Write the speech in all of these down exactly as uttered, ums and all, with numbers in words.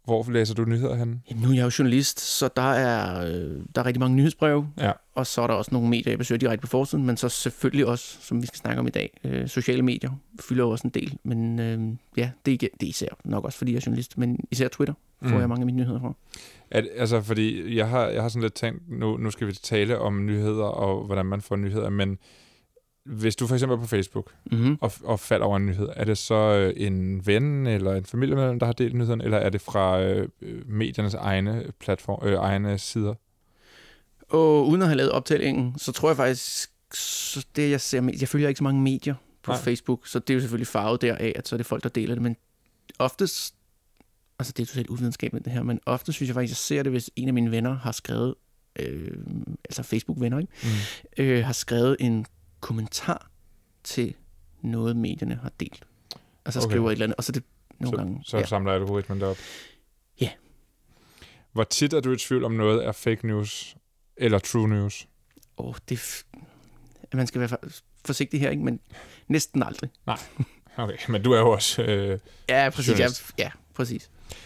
Hvor læser du nyheder henne? Jamen, nu er jeg jo journalist, så der er, øh, der er rigtig mange nyhedsbreve, ja. og så er der også nogle medier, jeg besøger direkte på forsiden, men så selvfølgelig også, som vi skal snakke om i dag, øh, sociale medier fylder jo også en del, men øh, ja, det er, ikke, det er især nok også, fordi jeg er journalist, men især Twitter får mm. jeg mange af mine nyheder fra. At, altså, fordi jeg har, jeg har sådan lidt tænkt, nu, nu skal vi tale om nyheder, og hvordan man får nyheder, men hvis du for eksempel er på Facebook mm-hmm. og, og falder over en nyhed, er det så en ven eller en familiemedlem, der har delt nyheden, eller er det fra øh, mediernes egne platform, øh, egne sider? Og uden at have lavet optællingen, så tror jeg faktisk, så det jeg ser, jeg følger ikke så mange medier på Nej. Facebook, så det er jo selvfølgelig farvet deraf, at så er det folk, der deler det, men oftest, altså det er totalt uvidenskabeligt det her, men ofte synes jeg faktisk, jeg ser det, hvis en af mine venner har skrevet, øh, altså Facebook-venner, ikke? Mm. Øh, har skrevet en kommentar til noget, medierne har delt. Altså okay. skriver et eller andet, og så det nogle så, gange... Så ja. samler algoritmen derop. Ja. Hvor tit er du i tvivl om noget er fake news eller true news? Åh, oh, det f- man skal være forsigtig her, ikke? Men næsten aldrig. Nej, okay. Men du er jo også øh, ja, præcis. Ja, ja, præcis.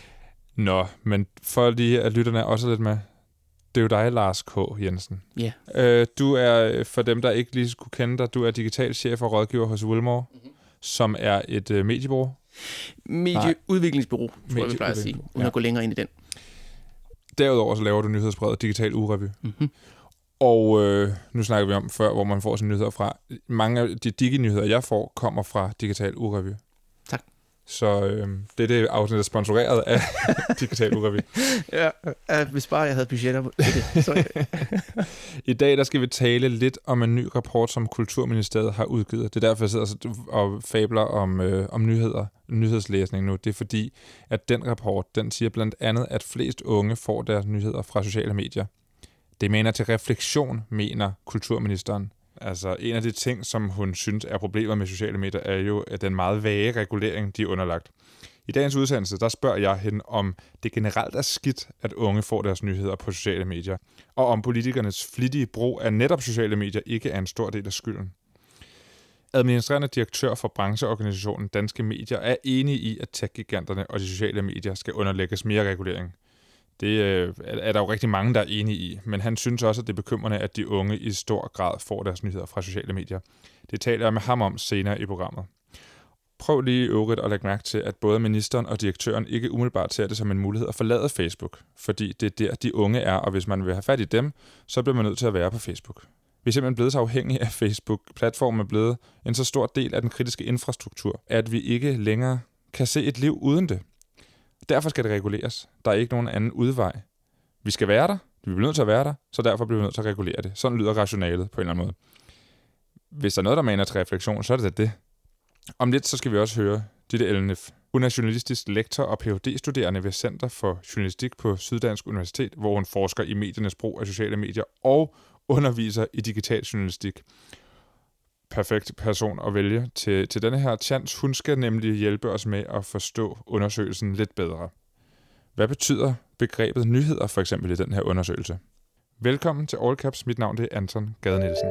Nå, men for lige at lytterne også lidt med, det er jo dig, Lars K. Jensen. Ja. Øh, du er, for dem, der ikke lige skulle kende dig, du er digital chef og rådgiver hos Wilmore, mm-hmm. som er et øh, mediebureau. Medieudviklingsbureau, tror jeg, vi plejer at sige, uden ja. at gå længere ind i den. Derudover så laver du nyhedsbrevet Digital Ugerevy. Mm-hmm. Og øh, nu snakker vi om før, hvor man får sine nyheder fra. Mange af de digi-nyheder, jeg får, kommer fra Digital Ugerevy. Tak. Så øh, det er det afsnit, der er sponsoreret af Digital Ugerevy. Ja, uh, hvis bare jeg havde budgetter på det. Sorry. I dag der skal vi tale lidt om en ny rapport, som Kulturministeriet har udgivet. Det er derfor, jeg sidder og fabler om, øh, om nyheder, nyhedslæsning nu. Det er fordi, at den rapport, den siger blandt andet, at flest unge får deres nyheder fra sociale medier. Det mener til refleksion, mener kulturministeren. Altså, en af de ting, som hun synes er problemer med sociale medier, er jo at den meget vage regulering, de er underlagt. I dagens udsendelse, der spørger jeg hende, om det generelt er skidt, at unge får deres nyheder på sociale medier, og om politikernes flittige brug af netop sociale medier ikke er en stor del af skylden. Administrerende direktør for brancheorganisationen Danske Medier er enig i, at tech-giganterne og de sociale medier skal underlægges mere regulering. Det øh, er der jo rigtig mange, der er enige i, men han synes også, at det er bekymrende, at de unge i stor grad får deres nyheder fra sociale medier. Det taler jeg med ham om senere i programmet. Prøv lige i øvrigt at lægge mærke til, at både ministeren og direktøren ikke umiddelbart ser det som en mulighed at forlade Facebook, fordi det er der, de unge er, og hvis man vil have fat i dem, så bliver man nødt til at være på Facebook. Vi er simpelthen blevet så afhængige af Facebook. Platformen er blevet en så stor del af den kritiske infrastruktur, at vi ikke længere kan se et liv uden det. Derfor skal det reguleres. Der er ikke nogen anden udvej. Vi skal være der, vi bliver nødt til at være der, så derfor bliver vi nødt til at regulere det. Sådan lyder rationalet på en eller anden måde. Hvis der er noget, der maner til refleksion, så er det det. Om lidt så skal vi også høre Ditte Elnef. Hun er journalistisk lektor og P H D-studerende ved Center for Journalistik på Syddansk Universitet, hvor hun forsker i mediernes brug af sociale medier og underviser i digital journalistik. Perfekt person at vælge til, til denne her chance. Hun skal nemlig hjælpe os med at forstå undersøgelsen lidt bedre. Hvad betyder begrebet nyheder for eksempel i den her undersøgelse? Velkommen til All Caps. Mit navn det er Anton Gade Nielsen.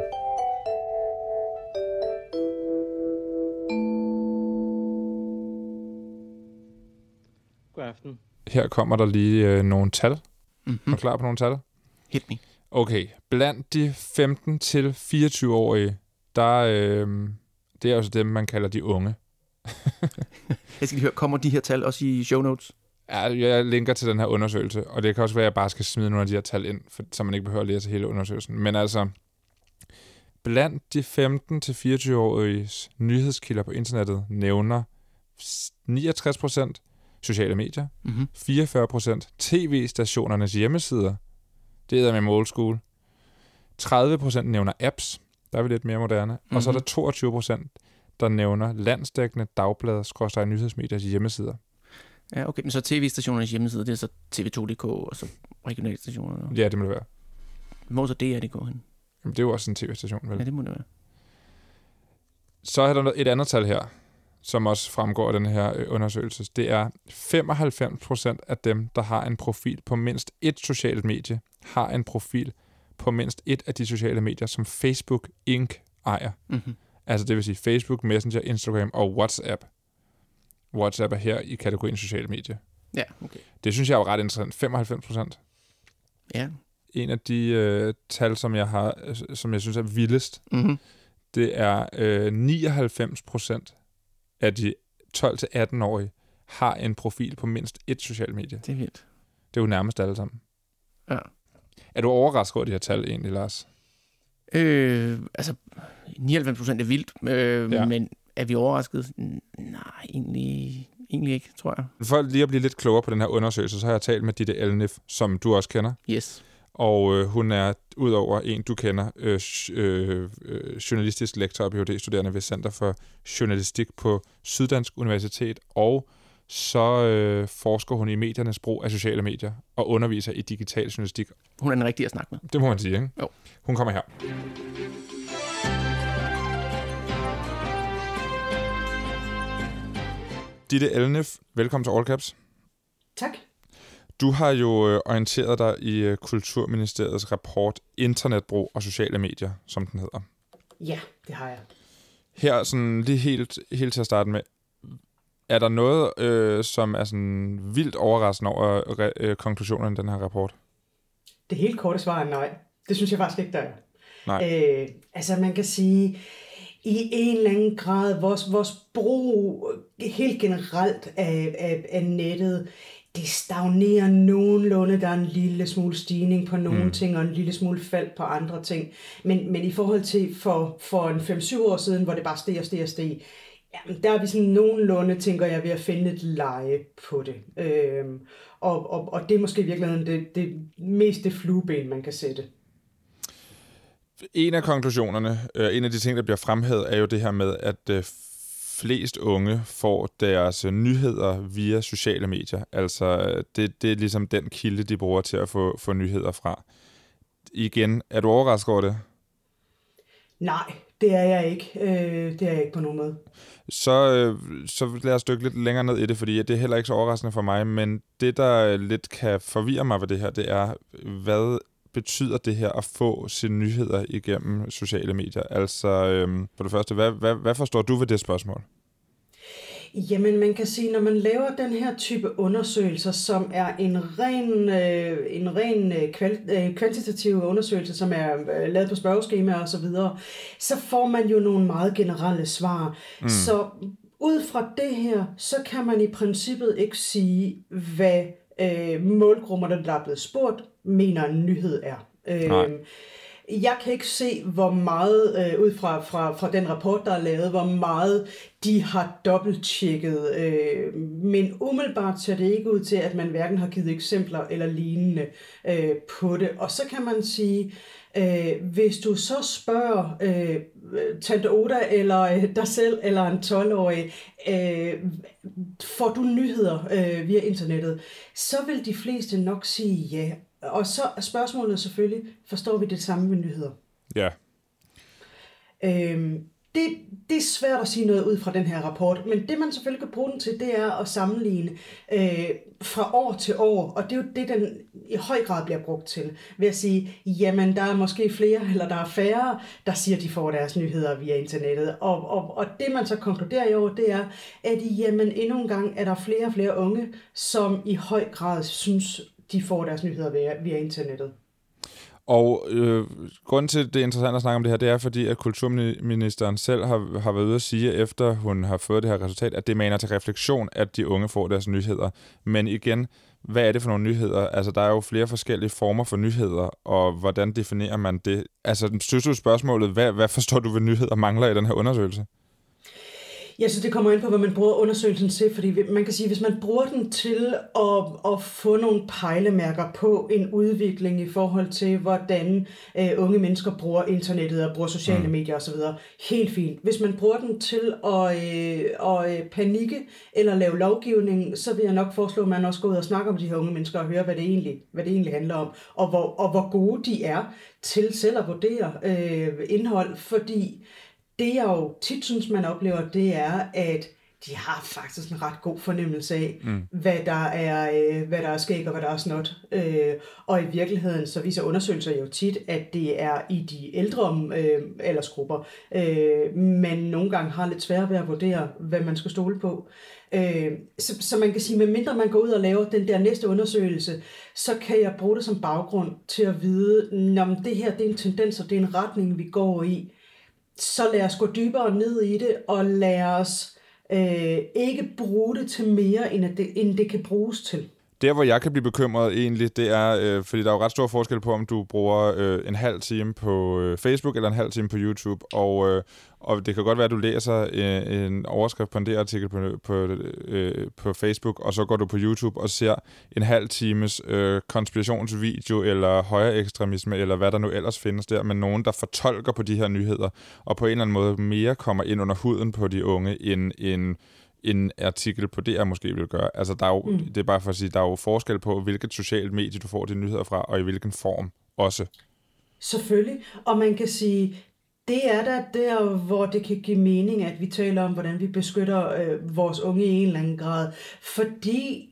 God aften. Her kommer der lige øh, nogle tal. Mm-hmm. Er du klar på nogle tal? Hit me. Okay. Blandt de femten til fireogtyve-årige, der, øh, det er også dem, man kalder de unge. Jeg skal lige høre, kommer de her tal også i show notes? Ja, jeg linker til den her undersøgelse, og det kan også være, at jeg bare skal smide nogle af de her tal ind, for, så man ikke behøver at læse hele undersøgelsen. Men altså, blandt de femten til fireogtyve-årige nyhedskilder på internettet nævner niogtres procent sociale medier, mm-hmm. fireogfyrre procent tv-stationernes hjemmesider, det er med old school, tredive procent nævner apps, der er vi lidt mere moderne, mm-hmm. og så er der toogtyve procent, der nævner landsdækkende dagblade, skråstreg nyhedsmediers hjemmesider. Ja, okay, men så tv-stationernes hjemmeside, det er så T V to punktum d k og så regionalstationer? Ja, det må det være. Hvor så det er, det går hen? Jamen, det er jo også en tv-station, vel? Ja, det må det være. Så er der et andet tal her, som også fremgår af den her undersøgelse. Det er femoghalvfems procent af dem, der har en profil på mindst et socialt medie, har en profil på mindst et af de sociale medier, som Facebook Incorporated ejer. Mm-hmm. Altså det vil sige Facebook, Messenger, Instagram og WhatsApp. WhatsApp er her i kategorien sociale medier. Ja, okay. Det synes jeg er jo ret interessant. femoghalvfems procent. Ja. En af de øh, tal, som jeg har, som jeg synes er vildest, Mm-hmm. det er øh, nioghalvfems procent af de tolv til atten-årige har en profil på mindst et socialt medie. Det er vildt. Det er jo nærmest alle sammen. Ja. Er du overrasket over de her tal egentlig, Lars? Øh, altså, nioghalvfems procent er vildt, øh, Ja. men er vi overrasket? Nej, egentlig, egentlig ikke, tror jeg. For lige at blive lidt klogere på den her undersøgelse, så har jeg talt med Ditte Elnif, som du også kender. Yes. Og øh, hun er udover en, du kender, øh, øh, øh, journalistisk lektor og P H D-studerende ved Center for Journalistik på Syddansk Universitet, og så øh, forsker hun i mediernes brug af sociale medier og underviser i digital journalistik. Hun er den rigtige at snakke med. Det må man sige, ikke? Jo. Hun kommer her. Ditte Elnif, velkommen til All Caps. Tak. Du har jo øh, orienteret dig i øh, Kulturministeriets rapport Internetbrug og sociale medier, som den hedder. Ja, det har jeg. Her sådan lige helt, helt til at starte med, er der noget, øh, som er sådan vildt overraskende over øh, konklusionerne i den her rapport? Det helt korte svar er nej. Det synes jeg faktisk ikke, der er. Nej. Øh, altså man kan sige, i en eller anden grad, vores, vores brug helt generelt af, af, af nettet, det stagnerer nogenlunde. Der er en lille smule stigning på nogle mm. ting, og en lille smule fald på andre ting. Men, men i forhold til for, for en fem syv år siden, hvor det bare steg og steg og steg, jamen, der er vi sådan nogenlunde, tænker jeg, ved at finde et leje på det. Øhm, og, og, og det er måske i virkeligheden det, det mest det flueben, man kan sætte. En af konklusionerne, øh, en af de ting, der bliver fremhævet, er jo det her med, at øh, flest unge får deres øh, nyheder via sociale medier. Altså, det, det er ligesom den kilde, de bruger til at få, få nyheder fra. Igen, er du overrasket over det? Nej, det er jeg ikke. Øh, det er jeg ikke på nogen måde. Så, øh, så lad os dykke lidt længere ned i det, fordi det er heller ikke så overraskende for mig, men det, der lidt kan forvirre mig ved det her, det er, hvad betyder det her at få sine nyheder igennem sociale medier? Altså, øhm, for det første, hvad, hvad, hvad forstår du ved det spørgsmål? Jamen, man kan sige, når man laver den her type undersøgelser, som er en ren, øh, en ren øh, kval- øh, kvantitativ undersøgelse, som er øh, lavet på spørgeskemaer og så videre, så får man jo nogle meget generelle svar. Mm. Så ud fra det her, så kan man i princippet ikke sige, hvad øh, målgrupperne, der er blevet spurgt, mener en nyhed er. Øh, Jeg kan ikke se, hvor meget, øh, ud fra, fra, fra den rapport, der er lavet, hvor meget de har dobbelttjekket. Øh, men umiddelbart ser det ikke ud til, at man hverken har givet eksempler eller lignende øh, på det. Og så kan man sige, øh, hvis du så spørger øh, Tante Oda eller øh, dig selv eller en tolv-årig, øh, får du nyheder øh, via internettet, så vil de fleste nok sige ja. Og så er spørgsmålet selvfølgelig, forstår vi det samme med nyheder? Ja. Øhm, det, det er svært at sige noget ud fra den her rapport, men det man selvfølgelig kan bruge den til, det er at sammenligne øh, fra år til år, og det er jo det, den i høj grad bliver brugt til, ved at sige, jamen der er måske flere, eller der er færre, der siger, at de får deres nyheder via internettet, og, og, og det man så konkluderer i år, det er, at jamen endnu en gang er der flere og flere unge, som i høj grad synes, de får deres nyheder via, via internettet. Og øh, grunden til, det er interessant at snakke om det her, det er fordi, at kulturministeren selv har, har været ude at sige, efter hun har fået det her resultat, at det maner til refleksion, at de unge får deres nyheder. Men igen, hvad er det for nogle nyheder? Altså, der er jo flere forskellige former for nyheder, og hvordan definerer man det? Altså, synes du spørgsmålet, hvad, hvad forstår du ved nyheder mangler i den her undersøgelse? Jeg synes, det kommer ind på, hvad man bruger undersøgelsen til, fordi man kan sige, hvis man bruger den til at, at få nogle pejlemærker på en udvikling i forhold til, hvordan øh, unge mennesker bruger internettet og bruger sociale mm. medier osv., helt fint. Hvis man bruger den til at, øh, at panikke eller lave lovgivning, så vil jeg nok foreslå, at man også går ud og snakker om de her unge mennesker og høre, hvad det egentlig, hvad det egentlig handler om, og hvor, og hvor gode de er til selv at vurdere øh, indhold, fordi det jeg jo tit synes, man oplever, det er, at de har faktisk en ret god fornemmelse af, mm. hvad, der er, øh, hvad der er skæg og hvad der er snot. Øh, og i virkeligheden, så viser undersøgelser jo tit, at det er i de ældre øh, aldersgrupper, øh, man nogle gange har lidt svært ved at vurdere, hvad man skal stole på. Øh, så, så man kan sige, medmindre man går ud og laver den der næste undersøgelse, så kan jeg bruge det som baggrund til at vide, om det her det er en tendens, og det er en retning, vi går i. Så lad os gå dybere ned i det, og lad os øh, ikke bruge det til mere, end, at det, end det kan bruges til. Der, hvor jeg kan blive bekymret egentlig, det er, øh, fordi der er jo ret stor forskel på, om du bruger øh, en halv time på øh, Facebook eller en halv time på YouTube, og, øh, og det kan godt være, at du læser øh, en overskrift på en D R-artikel på, på, øh, på Facebook, og så går du på YouTube og ser en halv times øh, konspirationsvideo eller højere ekstremisme, eller hvad der nu ellers findes der, med nogen, der fortolker på de her nyheder, og på en eller anden måde mere kommer ind under huden på de unge, end en en artikel på D R måske vil gøre. Altså, der er jo, mm. det er bare for at sige, der er jo forskel på, hvilket socialt medie du får de nyheder fra, og i hvilken form også. Selvfølgelig. Og man kan sige, det er da der, hvor det kan give mening, at vi taler om, hvordan vi beskytter øh, vores unge i en eller anden grad. Fordi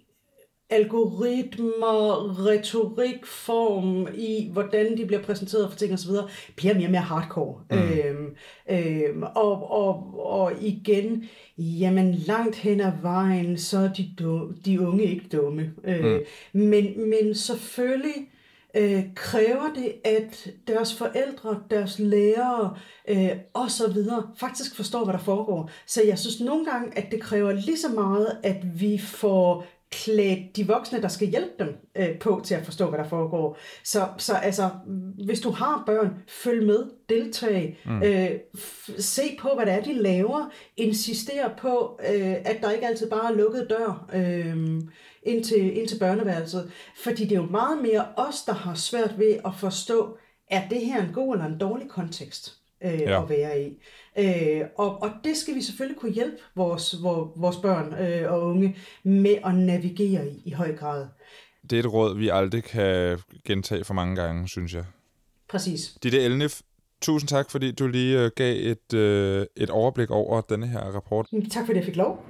algoritmer, retorik, form i, hvordan de bliver præsenteret for ting osv., bliver mere og mere hardcore. Mm. Øhm, øhm, og, og, og igen, jamen langt hen ad vejen, så er de, dumme, de unge ikke dumme. Øh, mm. men, men selvfølgelig øh, kræver det, at deres forældre, deres lærere øh, og så videre faktisk forstår, hvad der foregår. Så jeg synes nogle gange, at det kræver lige så meget, at vi får klædt de voksne, der skal hjælpe dem øh, på til at forstå, hvad der foregår. Så, så altså, hvis du har børn, følg med, deltag, mm. øh, f- se på, hvad det er, de laver, insister på, øh, at der ikke altid bare er lukket dør øh, ind, til, ind til børneværelset. Fordi det er jo meget mere os, der har svært ved at forstå, er det her en god eller en dårlig kontekst øh, ja. at være i. Øh, og, og det skal vi selvfølgelig kunne hjælpe vores, vores, vores børn øh, og unge med at navigere i i høj grad. Det er et råd, vi aldrig kan gentage for mange gange, synes jeg. Præcis. Ditte Elnif, tusind tak, fordi du lige gav et, øh, et overblik over denne her rapport. Tak fordi jeg fik lov.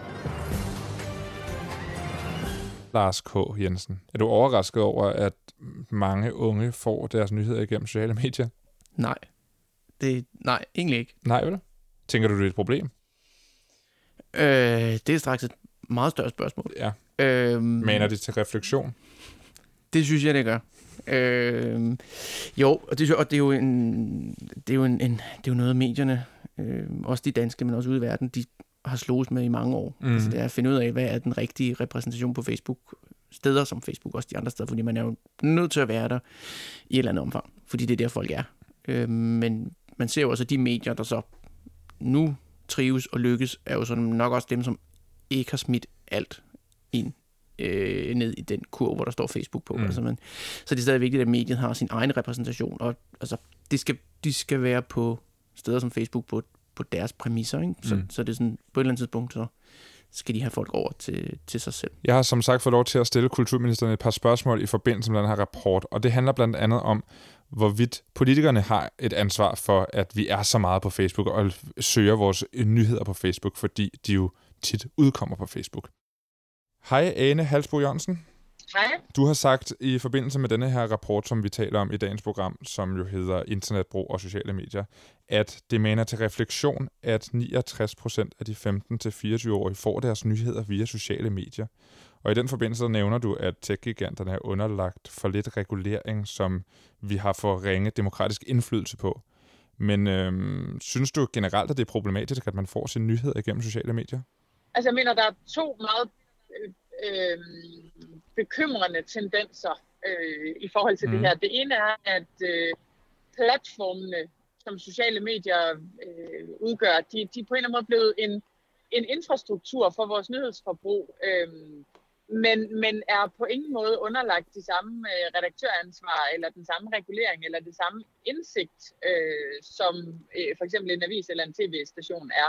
Lars K. Jensen, er du overrasket over, at mange unge får deres nyheder igennem sociale medier? Nej. Det, nej, egentlig ikke. Nej, vel? Tænker du, det er et problem? Øh, det er straks et meget større spørgsmål. Ja. Øhm, Maner det til refleksion? Det synes jeg, det gør. Øh, jo, og det, og det er jo en, det er jo en, en det er jo noget af medierne, øh, også de danske, men også ude i verden, de har slået med i mange år. Mm. Altså det er at finde ud af, hvad er den rigtige repræsentation på Facebook. Steder som Facebook, også de andre steder, fordi man er jo nødt til at være der i et eller andet omfang, fordi det er der, folk er. Øh, men man ser jo også, at de medier, der så nu trives og lykkes, er jo sådan nok også dem, som ikke har smidt alt ind øh, ned i den kurv, hvor der står Facebook på. Mm. Altså, man, så det er stadig vigtigt, at mediet har sin egen repræsentation, og altså, det skal, de skal være på steder som Facebook på, på deres præmisser. Ikke? Så, mm. så det er sådan, på et eller andet tidspunkt, så skal de have folk over til, til sig selv. Jeg har som sagt fået lov til at stille kulturministeren et par spørgsmål i forbindelse med den her rapport, og det handler blandt andet om, hvorvidt politikerne har et ansvar for, at vi er så meget på Facebook og søger vores nyheder på Facebook, fordi de jo tit udkommer på Facebook. Hej Ane Halsbo Jørgensen. Hej. Du har sagt i forbindelse med denne her rapport, som vi taler om i dagens program, som jo hedder Internetbrug og sociale medier, at det maner til refleksion, at niogtres procent af de femten til fireogtyve-årige får deres nyheder via sociale medier. Og i den forbindelse nævner du, at tech-giganterne er underlagt for lidt regulering, som vi har for ringe demokratisk indflydelse på. Men øhm, synes du generelt, at det er problematisk, at man får sine nyheder igennem sociale medier? Altså jeg mener, der er to meget øh, øh, bekymrende tendenser øh, i forhold til mm. det her. Det ene er, at øh, platformene, som sociale medier øh, udgør, de, de er på en eller anden måde blevet en, en infrastruktur for vores nyhedsforbrug, øh, men, men er på ingen måde underlagt de samme øh, redaktøransvar, eller den samme regulering, eller det samme indsigt, øh, som øh, for eksempel en avis eller en tv-station er.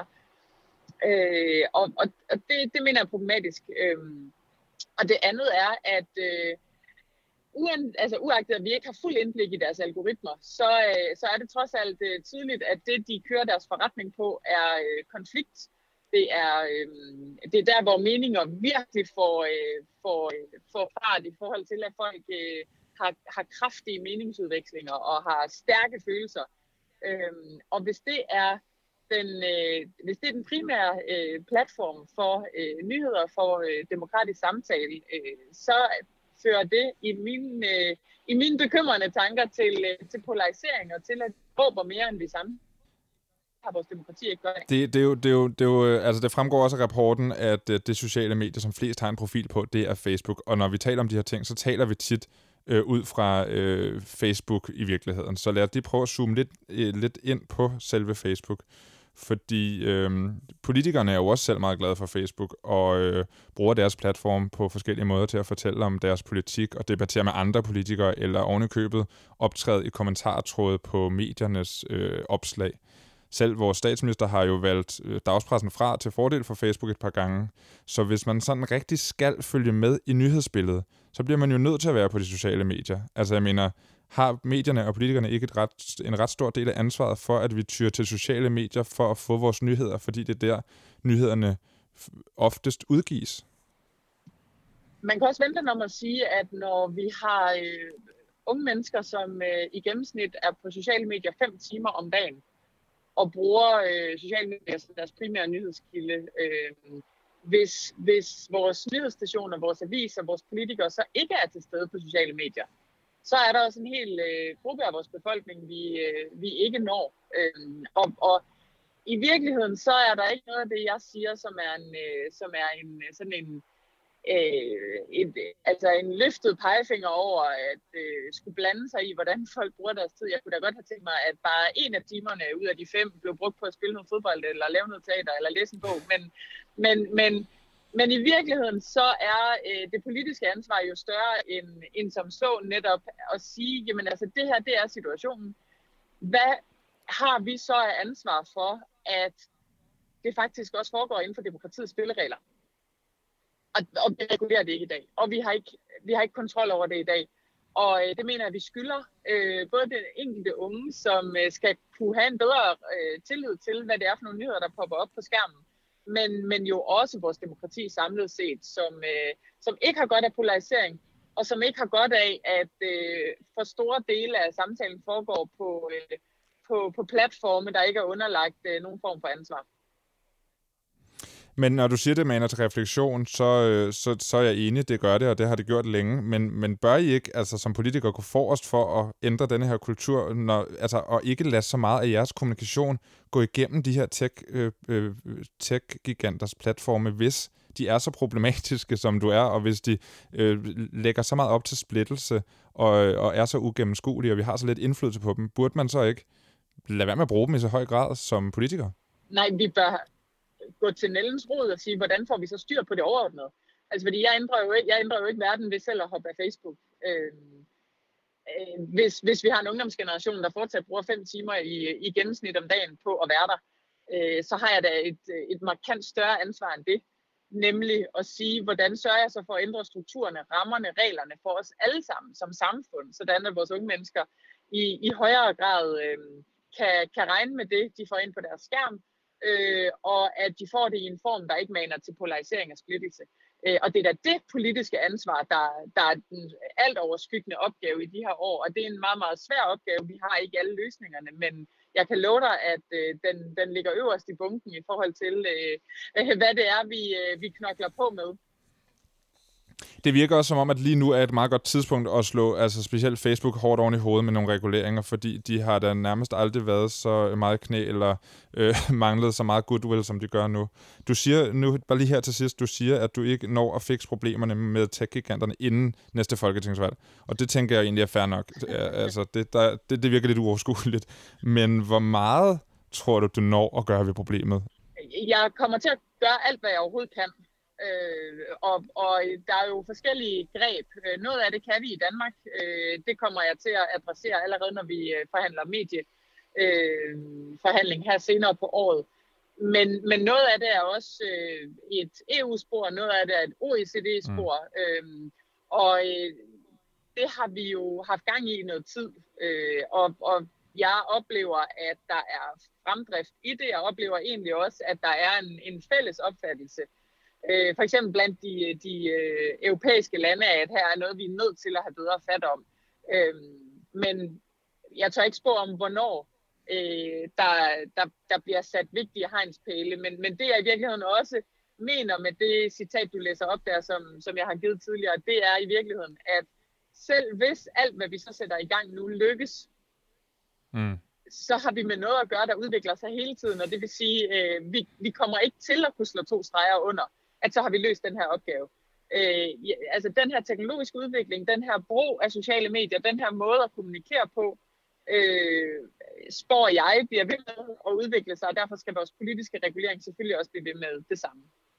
Øh, og og det, det mener jeg er problematisk. Øh, og det andet er, at øh, uen, altså, uagtet at vi ikke har fuld indblik i deres algoritmer, så, øh, så er det trods alt øh, tydeligt, at det, de kører deres forretning på, er øh, konflikt. Det er, øh, det er der, hvor meninger virkelig får, øh, får, øh, får fart i forhold til, at folk øh, har, har kraftige meningsudvekslinger og har stærke følelser. Øh, og hvis det er den, øh, hvis det er den primære øh, platform for øh, nyheder, for øh, demokratisk samtale, øh, så fører det i mine, øh, i mine bekymrende tanker til, øh, til polarisering og til at råber mere end det samme. Har vores demokrati ikke godt af. Det, det, er jo, det, er jo, det, er jo, altså det fremgår også af rapporten, at det sociale medier, som flest har en profil på, det er Facebook. Og når vi taler om de her ting, så taler vi tit øh, ud fra øh, Facebook i virkeligheden. Så lad os lige prøve at zoome lidt, øh, lidt ind på selve Facebook. Fordi øh, politikerne er jo også selv meget glade for Facebook, og øh, bruger deres platform på forskellige måder til at fortælle om deres politik, og debattere med andre politikere, eller ovenikøbet optræde i kommentartråde på mediernes øh, opslag. Selv vores statsminister har jo valgt dagspressen fra til fordel for Facebook et par gange. Så hvis man sådan rigtig skal følge med i nyhedsbilledet, så bliver man jo nødt til at være på de sociale medier. Altså jeg mener, har medierne og politikerne ikke et ret, en ret stor del af ansvaret for, at vi tyrer til sociale medier for at få vores nyheder, fordi det er der, nyhederne oftest udgives? Man kan også vente om at sige, at når vi har øh, unge mennesker, som øh, i gennemsnit er på sociale medier fem timer om dagen, og bruger øh, sociale medier som deres primære nyhedskilde. Øh, hvis, hvis vores nyhedsstationer, vores aviser, vores politikere så ikke er til stede på sociale medier, så er der også en hel øh, gruppe af vores befolkning, vi, øh, vi ikke når. Øh, og, og i virkeligheden, så er der ikke noget af det, jeg siger, som er en, øh, som er en sådan en Øh, et, altså en løftet pegefinger over at øh, skulle blande sig i, hvordan folk bruger deres tid. Jeg kunne da godt have tænkt mig, at bare en af timerne ud af de fem blev brugt på at spille noget fodbold, eller lave noget teater, eller læse en bog. Men, men, men, men i virkeligheden, så er øh, det politiske ansvar jo større end, end som så netop at sige, jamen altså det her, det er situationen. Hvad har vi så af ansvar for, at det faktisk også foregår inden for demokratiets spilleregler? Og, og vi regulerer det ikke i dag, og vi har ikke, vi har ikke kontrol over det i dag. Og øh, det mener jeg, at vi skylder øh, både den enkelte unge, som øh, skal kunne have en bedre øh, tillid til, hvad det er for nogle nyheder, der popper op på skærmen, men, men jo også vores demokrati samlet set, som, øh, som ikke har godt af polarisering, og som ikke har godt af, at øh, for store dele af samtalen foregår på, øh, på, på platforme, der ikke er underlagt øh, nogen form for ansvar. Men når du siger, det maner til refleksion, så, så, så er jeg enig, det gør det, og det har det gjort længe. Men, men bør I ikke altså, som politikere gå forrest for at ændre denne her kultur, når, altså, og ikke lade så meget af jeres kommunikation gå igennem de her tech, øh, øh, tech-giganters platforme, hvis de er så problematiske, som du er, og hvis de øh, lægger så meget op til splittelse, og, og er så ugennemskuelige, og vi har så lidt indflydelse på dem, burde man så ikke lade være med at bruge dem i så høj grad som politikere? Nej, vi bør gå til nældens rod og sige, hvordan får vi så styr på det overordnede? Altså, fordi jeg ændrer jo ikke, jeg ændrer jo ikke verden ved selv at hoppe af Facebook. Øh, øh, hvis, hvis vi har en ungdomsgeneration, der fortsat bruger fem timer i, i gennemsnit om dagen på at være der, øh, så har jeg da et, et markant større ansvar end det. Nemlig at sige, hvordan sørger jeg så for at ændre strukturerne, rammerne, reglerne for os alle sammen som samfund, sådan at vores unge mennesker i, i højere grad øh, kan, kan regne med det, de får ind på deres skærm, Øh, og at de får det i en form, der ikke maner til polarisering og splittelse. Øh, og det er da det politiske ansvar, der, der er den alt overskyggende opgave i de her år, og det er en meget, meget svær opgave. Vi har ikke alle løsningerne, men jeg kan love dig, at øh, den, den ligger øverst i bunken i forhold til, øh, hvad det er, vi, øh, vi knokler på med. Det virker også som om, at lige nu er et meget godt tidspunkt at slå altså specielt Facebook hårdt oven i hovedet med nogle reguleringer, fordi de har da nærmest aldrig været så meget knæ eller øh, manglet så meget goodwill, som de gør nu. Du siger nu, bare lige her til sidst, du siger, at du ikke når at fikse problemerne med tech-giganterne inden næste folketingsvalg. Og det tænker jeg egentlig er fair nok. Altså, det, der, det, det virker lidt uoverskueligt. Men hvor meget tror du, du når at gøre ved problemet? Jeg kommer til at gøre alt, hvad jeg overhovedet kan. Øh, og, og der er jo forskellige greb. Noget af det kan vi i Danmark. Øh, det kommer jeg til at adressere allerede, når vi forhandler medieforhandling øh, her senere på året. Men, men noget af det er også øh, et E U-spor, noget af det er et O E C D-spor. Mm. Øh, og øh, det har vi jo haft gang i i noget tid. Øh, og, og jeg oplever, at der er fremdrift i det. Jeg oplever egentlig også, at der er en, en fælles opfattelse for eksempel blandt de, de øh, europæiske lande, at her er noget, vi er nødt til at have bedre fat om. Øhm, men jeg tør ikke spå om, hvornår øh, der, der, der bliver sat vigtige hegnspæle. Men, men det jeg i virkeligheden også mener med det citat, du læser op der, som, som jeg har givet tidligere, det er i virkeligheden, at selv hvis alt, hvad vi så sætter i gang nu, lykkes, mm. så har vi med noget at gøre, der udvikler sig hele tiden, og det vil sige, øh, vi, vi kommer ikke til at kunne slå to streger under, at så har vi løst den her opgave. Øh, ja, altså den her teknologiske udvikling, den her brug af sociale medier, den her måde at kommunikere på, øh, spår jeg bliver ved med at udvikle sig, og derfor skal vores politiske regulering selvfølgelig også blive ved med det samme.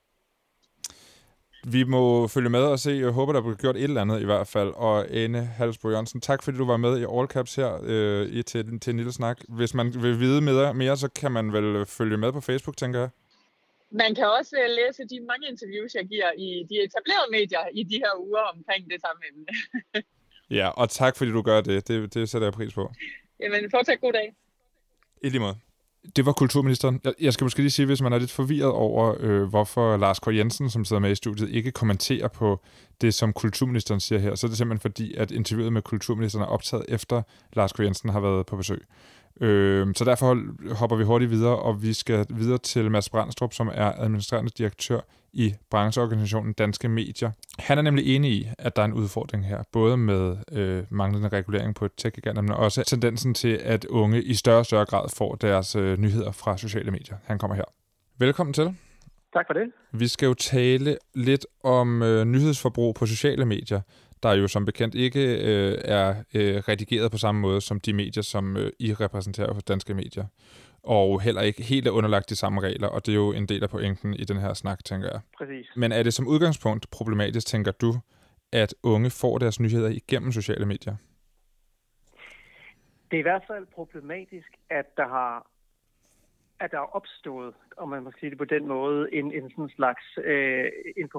Vi må følge med og se. Jeg håber, der bliver gjort et eller andet i hvert fald. Og Ane Halsbro Jørgensen, tak fordi du var med i All Caps her øh, i, til, til en lille snak. Hvis man vil vide mere, mere, så kan man vel følge med på Facebook, tænker jeg. Man kan også læse de mange interviews, jeg giver i de etablerede medier i de her uger omkring det samme emne. Ja, og tak fordi du gør det. Det, det sætter jeg pris på. Jamen, fortsat god dag. I lige måde. Det var kulturministeren. Jeg skal måske lige sige, hvis man er lidt forvirret over, øh, hvorfor Lars K. Jensen, som sidder med i studiet, ikke kommenterer på det, som kulturministeren siger her, så er det simpelthen fordi, at interviewet med kulturministeren er optaget efter Lars K. Jensen har været på besøg. Øh, så derfor hopper vi hurtigt videre, og vi skal videre til Mads Brandstrup, som er administrerende direktør i brancheorganisationen Danske Medier. Han er nemlig enig i, at der er en udfordring her, både med øh, manglende regulering på tech-giganter, men også tendensen til, at unge i større og større grad får deres øh, nyheder fra sociale medier. Han kommer her. Velkommen til. Tak for det. Vi skal jo tale lidt om øh, nyhedsforbrug på sociale medier, der jo som bekendt ikke øh, er øh, redigeret på samme måde som de medier, som øh, I repræsenterer hos Danske Medier. Og heller ikke helt er underlagt de samme regler, og det er jo en del af pointen i den her snak, tænker jeg. Præcis. Men er det som udgangspunkt problematisk, tænker du, at unge får deres nyheder igennem sociale medier? Det er i hvert fald problematisk, at der har at der er opstået, om man må sige det på den måde, en, en sådan slags øh,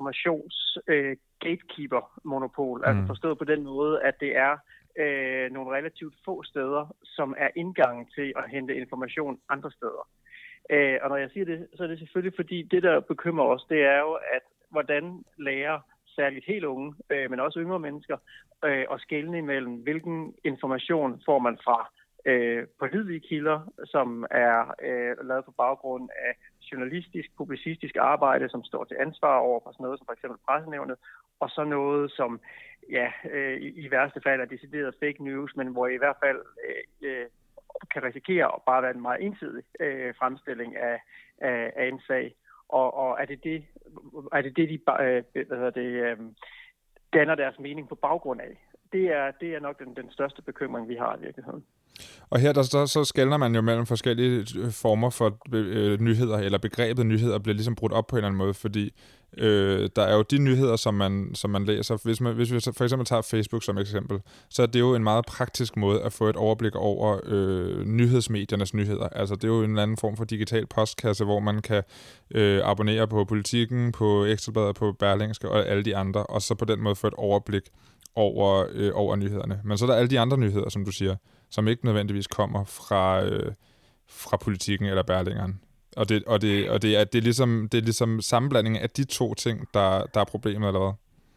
informations-gatekeeper-monopol. Øh, mm. Altså forstået på den måde, at det er øh, nogle relativt få steder, som er indgangen til at hente information andre steder. Øh, og når jeg siger det, så er det selvfølgelig fordi, det der bekymrer os, det er jo, at hvordan lærer særligt helt unge, øh, men også yngre mennesker, øh, at skelne imellem, hvilken information får man fra Øh, pålidelige kilder, som er øh, lavet på baggrund af journalistisk, publicistisk arbejde, som står til ansvar over for sådan noget som for eksempel Pressenævnet, og så noget, som ja, øh, i, i værste fald er decideret fake news, men hvor I, i hvert fald øh, kan risikere at bare være en meget ensidig øh, fremstilling af, af, af en sag. Og, og er det det, er det, det de øh, hvad hedder det, øh, danner deres mening på baggrund af? Det er, det er nok den, den største bekymring, vi har i virkeligheden. Og her der, så, så skelner man jo mellem forskellige former for øh, nyheder, eller begrebet nyheder bliver ligesom brudt op på en eller anden måde, fordi øh, der er jo de nyheder, som man, som man læser. Hvis, man, hvis vi for eksempel tager Facebook som eksempel, så er det jo en meget praktisk måde at få et overblik over øh, nyhedsmediernes nyheder. Altså det er jo en eller anden form for digital postkasse, hvor man kan øh, abonnere på Politikken, på Ekstrabladet, på Berlingske og alle de andre, og så på den måde få et overblik over, øh, over nyhederne. Men så er der alle de andre nyheder, som du siger, som ikke nødvendigvis kommer fra, øh, fra Politikken eller Berlingeren. Og det, og det, og det, er, det, er, ligesom, det er ligesom sammenblandingen af de to ting, der, der er problemet, eller hvad?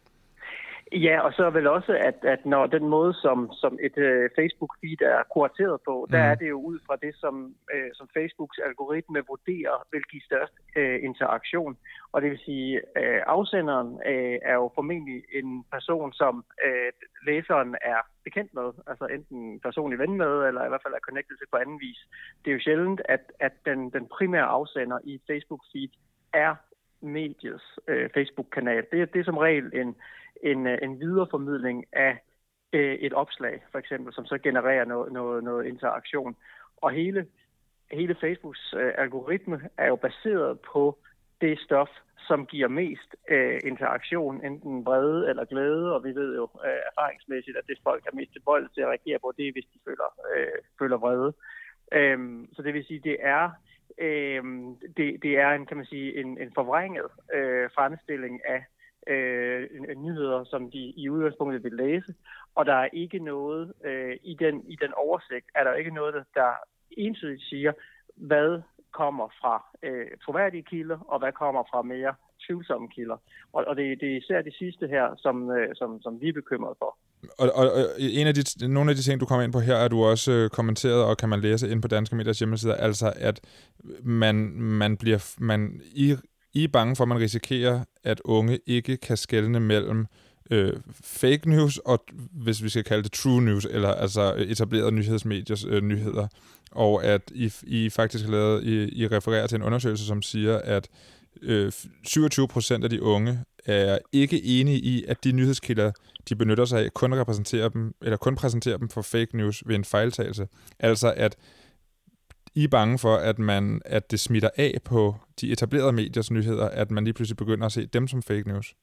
Ja, og så vel også, at, at når den måde, som, som et uh, Facebook-feed er kurateret på, mm. der er det jo ud fra det, som, uh, som Facebooks algoritme vurderer, vil give størst uh, interaktion. Og det vil sige, uh, afsenderen uh, er jo formentlig en person, som uh, læseren er bekendt med, altså enten personlig ven med, eller i hvert fald er connected til på anden vis. Det er jo sjældent, at, at den, den primære afsender i et Facebook-feed er mediets uh, Facebook-kanal. Det, det er som regel en En, en videreformidling af øh, et opslag, for eksempel, som så genererer noget, noget, noget interaktion. Og hele, hele Facebooks øh, algoritme er jo baseret på det stof, som giver mest øh, interaktion, enten vrede eller glæde, og vi ved jo øh, erfaringsmæssigt, at det folk er mest tilbøjelige til at reagere på, det er, hvis de føler, øh, føler vrede. Øhm, så det vil sige, det er øh, det, det er en, kan man sige, en, en forvrænget øh, fremstilling af Øh, nyheder, som de i udgangspunktet vil læse, og der er ikke noget øh, i den i den oversigt, er der ikke noget, der entydigt siger, hvad kommer fra øh, troværdige kilder, og hvad kommer fra mere tvivlsomme kilder. Og, og det, det er især det sidste her, som, øh, som, som vi er bekymrede for. og, og, og en af de, nogle af de ting, du kommer ind på her, er du også øh, kommenteret, og kan man læse ind på Danske Mediers hjemmesider, altså at man, man bliver, man, I, I er bange for, at man risikerer, at unge ikke kan skelne mellem øh, fake news, og hvis vi skal kalde det true news, eller altså etablerede nyhedsmediers øh, nyheder, og at I, I faktisk har lavet, I, I refererer til en undersøgelse, som siger, at øh, syvogtyve procent af de unge er ikke enige i, at de nyhedskilder, de benytter sig af, kun repræsenterer dem, eller kun præsenterer dem for fake news ved en fejltagelse. Altså at I er bange for, at, man, at det smitter af på de etablerede mediers nyheder, at man lige pludselig begynder at se dem som fake news.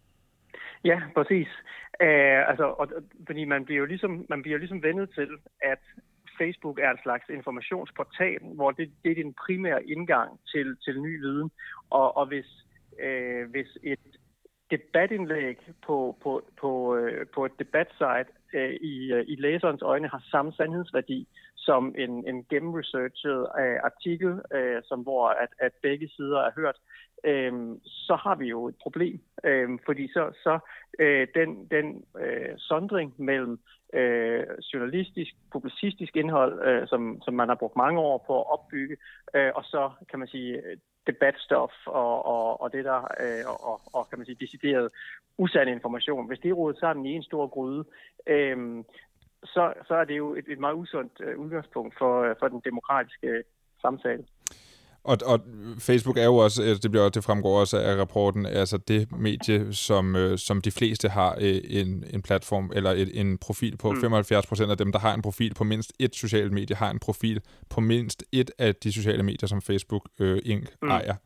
Ja, præcis. Uh, altså, og, fordi man bliver jo ligesom, man bliver jo ligesom vendet til, at Facebook er en slags informationsportal, hvor det, det er den primære indgang til, til ny viden. Og, og hvis, øh, hvis et debatindlæg på, på, på, øh, på et debatsite øh, i, øh, i læserens øjne har samme sandhedsværdi som en, en gennemresearchet øh, artikel, øh, som hvor at, at begge sider er hørt, øh, så har vi jo et problem. Øh, fordi så, så øh, den, den øh, sondring mellem øh, journalistisk, publicistisk indhold, øh, som, som man har brugt mange år på at opbygge, øh, og så kan man sige debatstof og, og, og det der, øh, og, og kan man sige decideret usand information. Hvis det er rodet sammen i en stor gryde, øh, så, så er det jo et, et meget usundt øh, udgangspunkt for, for den demokratiske samtale. Og, og Facebook er jo også, det bliver det fremgår også af rapporten, altså det medie, som, øh, som de fleste har øh, en, en platform eller et, en profil på. Mm. femoghalvfjerds procent af dem, der har en profil på mindst et socialt medie, har en profil på mindst et af de sociale medier, som Facebook øh, Incorporated mm. ejer.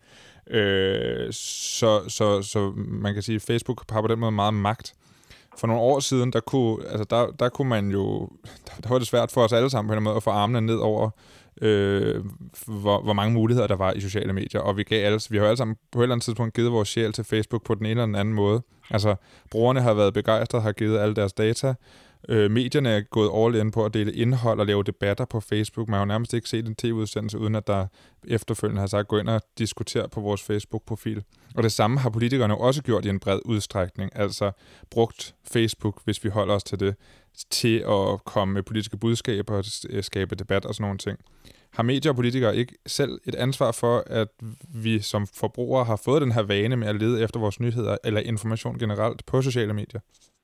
Øh, så, så, så man kan sige, at Facebook har på den måde meget magt. For nogle år siden, der kunne, altså der, der kunne man jo, der, der var det svært for os alle sammen på en måde at få armene ned over, øh, hvor, hvor mange muligheder der var i sociale medier, og vi gav alle, vi har jo alle sammen på et eller andet tidspunkt givet vores sjæl til Facebook på den ene eller den anden måde. Altså, brugerne har været begejstrede, har givet alle deres data. Øh, medierne er gået all in på at dele indhold og lave debatter på Facebook. Man har jo nærmest ikke set en tv-udsendelse, uden at der efterfølgende har sagt, gå ind og diskutere på vores Facebook-profil. Og det samme har politikerne jo også gjort i en bred udstrækning, altså brugt Facebook, hvis vi holder os til det, til at komme med politiske budskaber og skabe debat og sådan nogle ting. Har medier og politikere ikke selv et ansvar for, at vi som forbrugere har fået den her vane med at lede efter vores nyheder eller information generelt på sociale medier?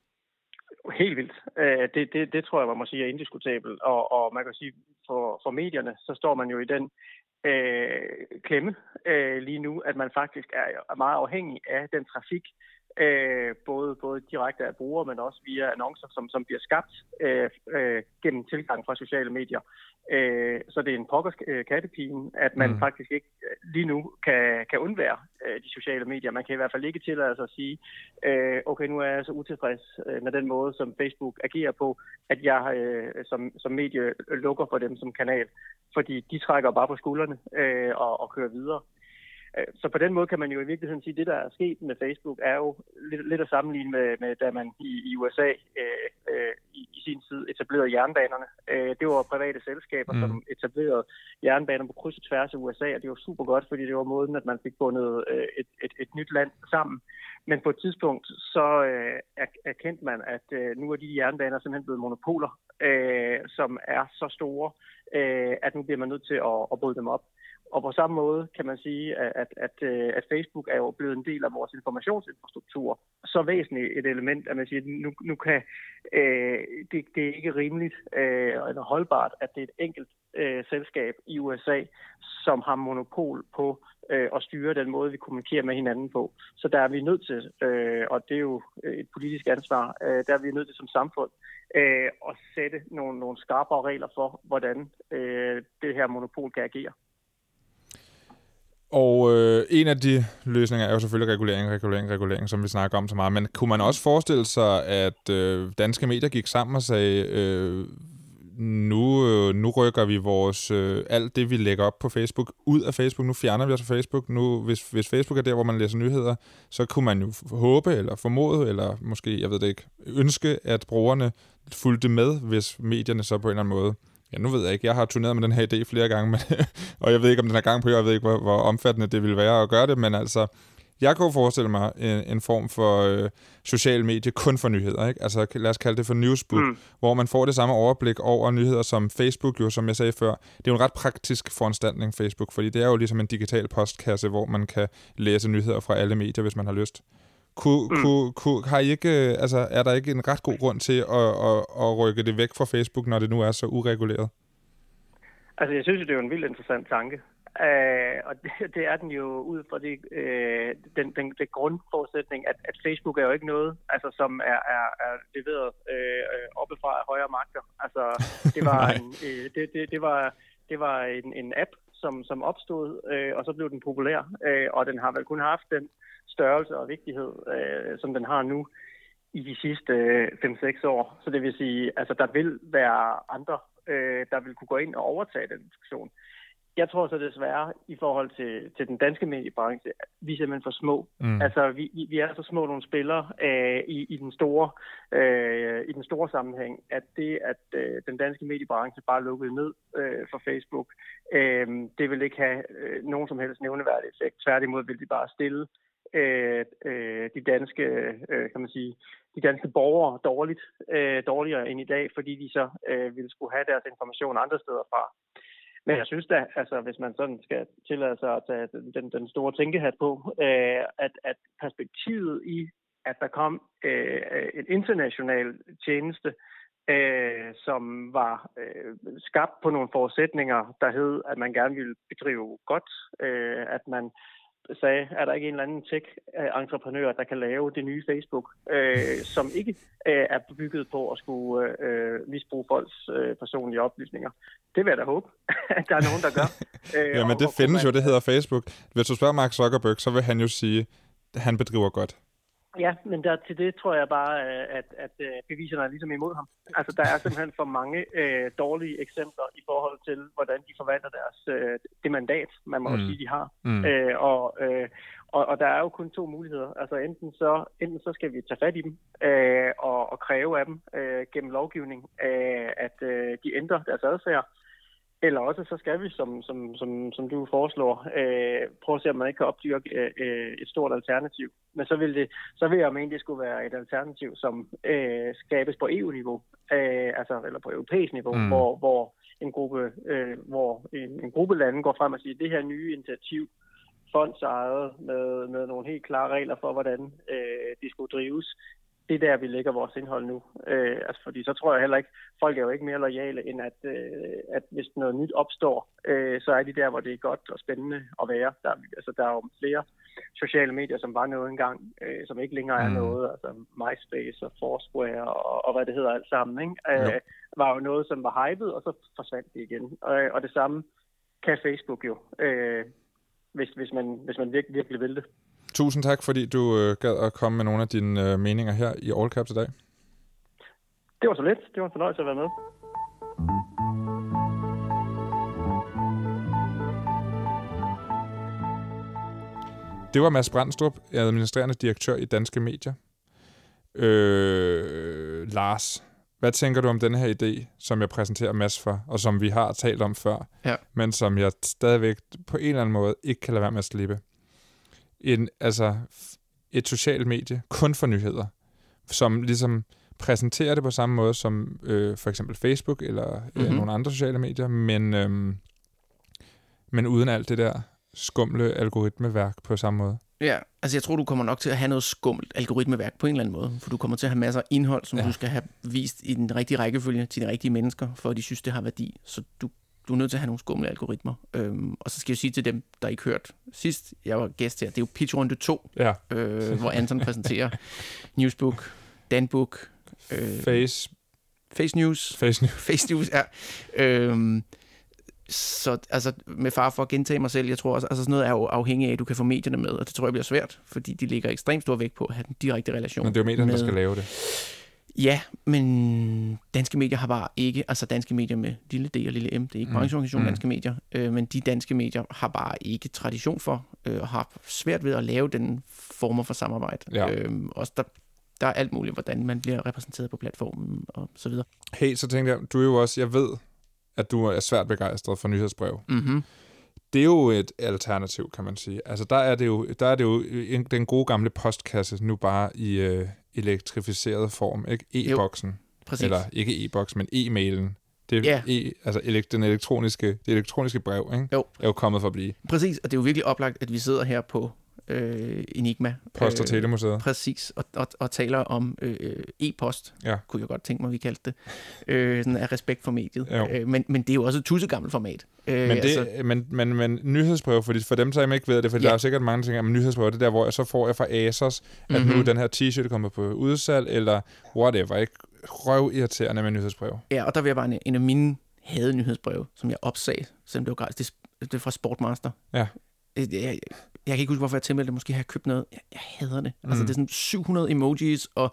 Helt vildt. Det, det, det tror jeg, man må sige er indiskutabelt. Og, og man kan sige, for, for medierne, så står man jo i den øh, klemme øh, lige nu, at man faktisk er meget afhængig af den trafik, øh, både, både direkte af brugere, men også via annoncer, som, som bliver skabt øh, øh, gennem tilgang fra sociale medier. Øh, så det er en pokkers kattepine, at man mm. faktisk ikke lige nu kan, kan undvære øh, de sociale medier. Man kan i hvert fald ikke tillade sig at sige, øh, okay, nu er jeg så utilfreds øh, med den måde, som Facebook agerer på, at jeg øh, som, som medie lukker for dem som kanal. Fordi de trækker bare på skuldrene øh, og, og kører videre. Så på den måde kan man jo i virkeligheden sige, at det, der er sket med Facebook, er jo lidt, lidt at sammenligne med, med da man i, i U S A øh, øh, i, i sin tid etablerede jernbanerne. Øh, det var private selskaber, mm. som etablerede jernbaner på kryds og tværs af U S A, og det var super godt, fordi det var måden, at man fik bundet øh, et, et, et nyt land sammen. Men på et tidspunkt, så øh, erkendte man, at øh, nu er de jernbaner simpelthen blevet monopoler, øh, som er så store, øh, at nu bliver man nødt til at, at bryde dem op. Og på samme måde kan man sige, at, at, at Facebook er jo blevet en del af vores informationsinfrastruktur. Så væsentligt et element, at man siger, at nu, nu kan, øh, det, det er ikke rimeligt øh, eller holdbart, at det er et enkelt øh, selskab i U S A, som har monopol på øh, at styre den måde, vi kommunikerer med hinanden på. Så der er vi nødt til, øh, og det er jo et politisk ansvar, øh, der er vi nødt til som samfund øh, at sætte nogle, nogle skarpere regler for, hvordan øh, det her monopol kan agere. Og øh, en af de løsninger er jo selvfølgelig regulering, regulering, regulering, som vi snakker om så meget. Men kunne man også forestille sig, at øh, danske medier gik sammen og sagde, øh, nu, øh, nu rykker vi vores øh, alt det, vi lægger op på Facebook, ud af Facebook. Nu fjerner vi os fra Facebook. Nu, hvis, hvis Facebook er der, hvor man læser nyheder, så kunne man jo håbe, eller formode, eller måske, jeg ved det ikke, ønske, at brugerne fulgte med, hvis medierne så på en eller anden måde. Ja, nu ved jeg ikke. Jeg har turneret med den her idé flere gange, men, og jeg ved ikke, om den er gang på, jeg ved ikke, hvor, hvor omfattende det ville være at gøre det, men altså, Jeg kunne forestille mig en, en form for øh, social medie kun for nyheder, ikke? Altså lad os kalde det for Newsbook, mm. hvor man får det samme overblik over nyheder som Facebook, jo, som jeg sagde før. Det er jo en ret praktisk foranstaltning, Facebook, fordi det er jo ligesom en digital postkasse, hvor man kan læse nyheder fra alle medier, hvis man har lyst. Kunne, mm. kunne, kunne, har I ikke, altså, er der ikke en ret god grund til at, at, at rykke det væk fra Facebook, når det nu er så ureguleret? Altså, jeg synes, det er jo en vildt interessant tanke. Uh, og det, det er den jo ud fra det, uh, den, den, den grundforudsætning, at, at Facebook er jo ikke noget, altså, som er, er, er leveret uh, oppefra af højere magter. Altså, det var, en, uh, det, det, det var, det var en, en app, som, som opstod, uh, og så blev den populær, uh, og den har vel kun haft den størrelse og vigtighed, uh, som den har nu i de sidste fem til seks år. Så det vil sige, altså, der vil være andre, uh, der vil kunne gå ind og overtage den diskussion. Jeg tror så desværre, i forhold til, til den danske mediebranche, vi er simpelthen for små. Mm. Altså, vi, vi er så små nogle spillere øh, i, i, den store, øh, i den store sammenhæng, at det, at øh, den danske mediebranche bare lukkede ned øh, for Facebook, øh, det vil ikke have øh, nogen som helst nævneværdig effekt. Tværtimod vil de bare stille øh, øh, de danske, øh, kan man sige, de danske borgere dårligt, øh, dårligere end i dag, fordi de så øh, ville skulle have deres information andre steder fra. Men jeg synes da, altså hvis man sådan skal tillade sig at tage den, den store tænkehat på, øh, at, at perspektivet i, at der kom øh, en international tjeneste, øh, som var øh, skabt på nogle forudsætninger, der hed, at man gerne ville bedrive godt, øh, at man sagde, er der ikke en eller anden tech-entreprenør, der kan lave det nye Facebook, øh, som ikke øh, er bygget på at skulle øh, misbruge folks øh, personlige oplysninger. Det vil jeg da håbe, at der er nogen, der gør. Øh, ja, men det findes jo, det hedder Facebook. Hvis du spørger Mark Zuckerberg, så vil han jo sige, at han bedriver godt. Ja, men der, til det tror jeg bare, at, at, at beviserne er ligesom imod ham. Altså, der er simpelthen for mange øh, dårlige eksempler i forhold til, hvordan de forvalter deres øh, det mandat, man må mm. sige, de har. Mm. Øh, og, øh, og, og der er jo kun to muligheder. Altså, enten så, enten så skal vi tage fat i dem øh, og, og kræve af dem øh, gennem lovgivning, øh, at øh, de ændrer deres adfærd. Eller også så skal vi, som, som, som, som du foreslår, øh, prøve at se, om man ikke kan opdyrke øh, et stort alternativ. Men så vil, det, så vil jeg mene, at det skulle være et alternativ, som øh, skabes på E U-niveau, øh, altså, eller på europæisk niveau, mm. hvor, hvor, en gruppe, øh, hvor en, en gruppe lande går frem og siger, at det her nye initiativ, fondsejet med, med nogle helt klare regler for, hvordan øh, de skulle drives, det er der, vi lægger vores indhold nu. Øh, altså, fordi så tror jeg heller ikke, folk er jo ikke mere loyale, end at, øh, at hvis noget nyt opstår, øh, så er de der, hvor det er godt og spændende at være. Der, altså, der er jo flere sociale medier, som var noget engang, øh, som ikke længere er mm. noget. Altså MySpace og Foursquare og, og hvad det hedder alt sammen, ikke? Øh, var jo noget, som var hypet, og så forsvandt det igen. Og, og det samme kan Facebook jo, øh, hvis, hvis, man, hvis man virkelig, virkelig vil det. Tusind tak, fordi du øh, gad at komme med nogle af dine øh, meninger her i All Caps i dag. Det var så lidt. Det var en fornøjelse at være med. Det var Mads Brandstrup, administrerende direktør i Danske Medier. Øh, Lars, hvad tænker du om denne her idé, som jeg præsenterer Mads for, og som vi har talt om før, ja. men som jeg stadigvæk på en eller anden måde ikke kan lade være med at slippe? En, altså et socialt medie, kun for nyheder, som ligesom præsenterer det på samme måde som øh, for eksempel Facebook eller øh, mm-hmm. nogle andre sociale medier, men, øhm, men uden alt det der skumle algoritmeværk på samme måde. Ja, altså jeg tror, du kommer nok til at have noget skummelt algoritmeværk på en eller anden måde, for du kommer til at have masser af indhold, som ja. du skal have vist i den rigtige rækkefølge til de rigtige mennesker, for at de synes, det har værdi. Så du Du er nødt til at have nogle skumle algoritmer. Øhm, og så skal jeg sige til dem, der ikke hørt sidst, jeg var gæst her, det er jo pitchrunde to, ja. øh, hvor Anton præsenterer Newsbook, Danbook, øh, Face. Face News. Face News. Face News, ja. Øhm, så altså, med far for at gentage mig selv, jeg tror også, altså sådan noget er jo afhængig af, at du kan få medierne med, og det tror jeg bliver svært, fordi de ligger ekstremt stor vægt på at have den direkte relation. Men det er jo medierne, med, der skal lave det. Ja, men danske medier har bare ikke, altså danske medier med lille D og lille M, det er ikke brancheorganisationen mm. danske medier, øh, men de danske medier har bare ikke tradition for, øh, og har svært ved at lave den former for samarbejde. Ja. Øh, også der, der er alt muligt, hvordan man bliver repræsenteret på platformen og så videre. Hey, så tænkte jeg, du er jo også, jeg ved, at du er svært begejstret for nyhedsbrev. Mm-hmm. det er jo et alternativ, kan man sige. Altså, der er det jo, der er det jo en, den gode gamle postkasse, nu bare i øh, elektrificeret form, ikke? E-boksen. Præcis. Eller ikke e-boks, men e-mailen. Det er Ja. e, altså elekt, den elektroniske, det elektroniske brev, ikke? Jo. Er jo kommet for at blive. Præcis, og det er jo virkelig oplagt, at vi sidder her på øh, Enigma. Post- og Telemuseet. Præcis, og, og, og taler om øh, e-post, Ja. kunne jeg godt tænke mig, vi kaldte det, øh, sådan af respekt for mediet. Jo. Øh, men, men det er jo også et tussegammelt format. Øh, Men, det, altså, men, men, men nyhedsbrev, fordi for dem, som ikke ved det, for ja. der er sikkert mange ting om nyhedsbrev, det er der, hvor jeg så får jeg fra Asos, at mm-hmm. nu den her t-shirt kommer på udsalg, eller whatever, ikke? Røv irriterende med nyhedsbrev. Ja, og der vil jeg bare en, en af mine havde nyhedsbreve, som jeg opsag, selvom det var gratis. Det, det er fra Sportmaster. Ja. Jeg, jeg, jeg kan ikke huske, hvorfor jeg tilmeldte det. Måske har jeg købt noget. Jeg, jeg hader det. Mm. Altså, det er sådan syv hundrede emojis, og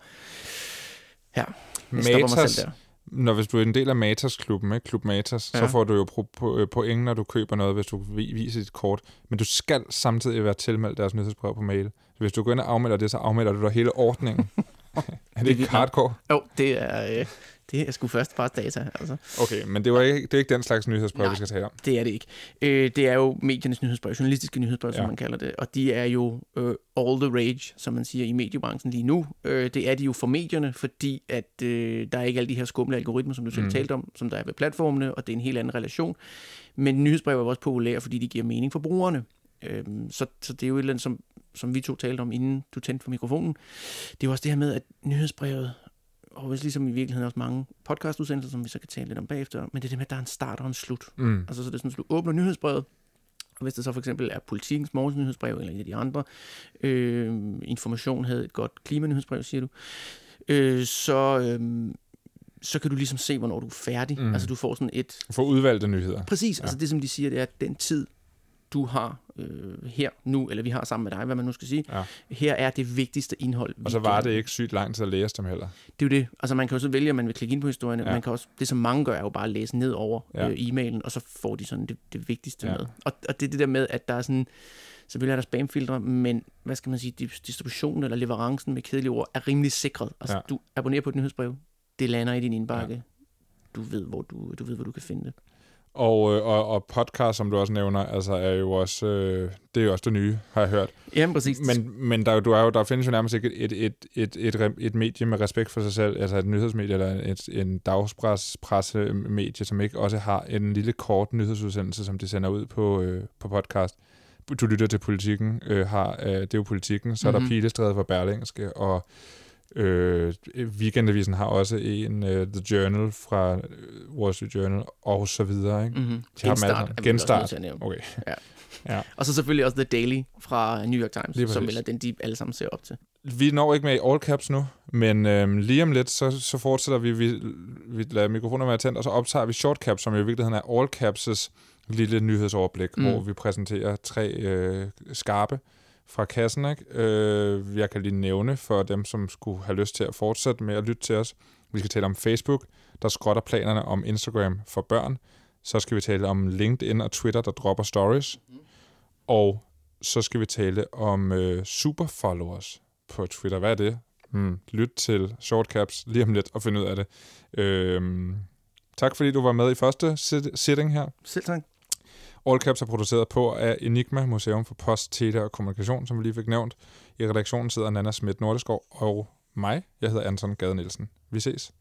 ja, jeg stopper mig selv der. Når hvis du er en del af Matas-klubben, ikke? Klub Matas, ja. så får du jo po- po- point, når du køber noget, hvis du viser dit kort. Men du skal samtidig være tilmeldt deres nyhedsbrev på mail. Så hvis du går ind og afmelder det, så afmelder du dig hele ordningen. Er det ikke hardcore? Jo, det er, øh, det er sgu først bare data. Altså. Okay, men det, var ikke, det er ikke den slags nyhedsbrev, Nej, vi skal tale om. Det er det ikke. Øh, det er jo mediernes nyhedsbrev, journalistiske nyhedsbrev, ja. som man kalder det. Og de er jo øh, all the rage, som man siger i mediebranchen lige nu. Øh, det er de jo for medierne, fordi at øh, der er ikke alle de her skumle algoritmer, som du selv mm. talte om, som der er ved platformene, og det er en helt anden relation. Men nyhedsbrev er også populære, fordi de giver mening for brugerne. Øh, så, så det er jo et eller andet, som, som vi to talte om, inden du tændte for mikrofonen. Det er jo også det her med, at nyhedsbrevet, og hvis ligesom i virkeligheden også mange podcastudsendelser, som vi så kan tale lidt om bagefter, men det er det med, at der er en start og en slut. Mm. Altså så det er sådan, at du åbner nyhedsbrevet, og hvis det så for eksempel er Politikens morgensnyhedsbrev, eller en af de andre, øh, Information havde et godt klimanyhedsbrev, siger du, øh, så, øh, så kan du ligesom se, hvornår du er færdig. Mm. Altså du får sådan et... For udvalgte nyheder. Præcis, ja. Altså det som de siger, det er, at den tid, du har øh, her nu, eller vi har sammen med dig, hvad man nu skal sige, ja. Her er det vigtigste indhold. Og så var det ikke sygt lang tid at læse dem heller. Det er jo det. Altså man kan jo så vælge, at man vil klikke ind på historierne. Ja. Man kan også, det som mange gør, er jo bare at læse ned over ja. øh, e-mailen, og så får de sådan det, det vigtigste ja. med. Og, og det er det der med, at der er sådan, selvfølgelig er der spamfiltre, men hvad skal man sige, distributionen eller leverancen med kedelige ord er rimelig sikret. Altså ja. Du abonnerer på et nyhedsbrev, det lander i din indbakke. Ja. Du ved, hvor du, du ved, hvor du kan finde det. Og, og, og podcast, som du også nævner, altså er jo også, øh, det er jo også det nye, har jeg hørt. Jamen, præcis. Men, men der, du er jo, der findes jo nærmest ikke et, et, et, et, et, et medie med respekt for sig selv, altså et nyhedsmedie eller et, en dagspressemedie, som ikke også har en lille kort nyhedsudsendelse, som de sender ud på, øh, på podcast. Du lytter til Politikken, øh, har, øh, det er jo Politikken, så mm-hmm. er der Pilestræde for Berlingske, og Øh, Weekendavisen har også en, uh, The Journal fra uh, Wall Street Journal, og så videre, ikke? Mm-hmm. Genstart. Genstart. Okay. Ja. Ja. Og så selvfølgelig også The Daily fra New York Times, som vel er den, de alle sammen ser op til. Vi når ikke med i all caps nu, men øhm, lige om lidt, så, så fortsætter vi, vi, vi lader mikrofoner være tændt, og så optager vi short caps, som i virkeligheden er all caps' lille nyhedsoverblik, mm. hvor vi præsenterer tre øh, skarpe fra kassen, ikke? Øh, jeg kan lige nævne for dem, som skulle have lyst til at fortsætte med at lytte til os. Vi skal tale om Facebook, der skrotter planerne om Instagram for børn. Så skal vi tale om LinkedIn og Twitter, der dropper stories. Mm. Og så skal vi tale om øh, superfollowers på Twitter. Hvad er det? Hmm. Lyt til Shortcaps lige om lidt og finde ud af det. Øh, tak fordi du var med i første sitting her. Selv tak. All Caps er produceret på af Enigma, Museum for Post, Tele og Kommunikation, som vi lige fik nævnt. I redaktionen sidder Nana Schmidt Nordeskov og mig. Jeg hedder Anton Gade Nielsen. Vi ses.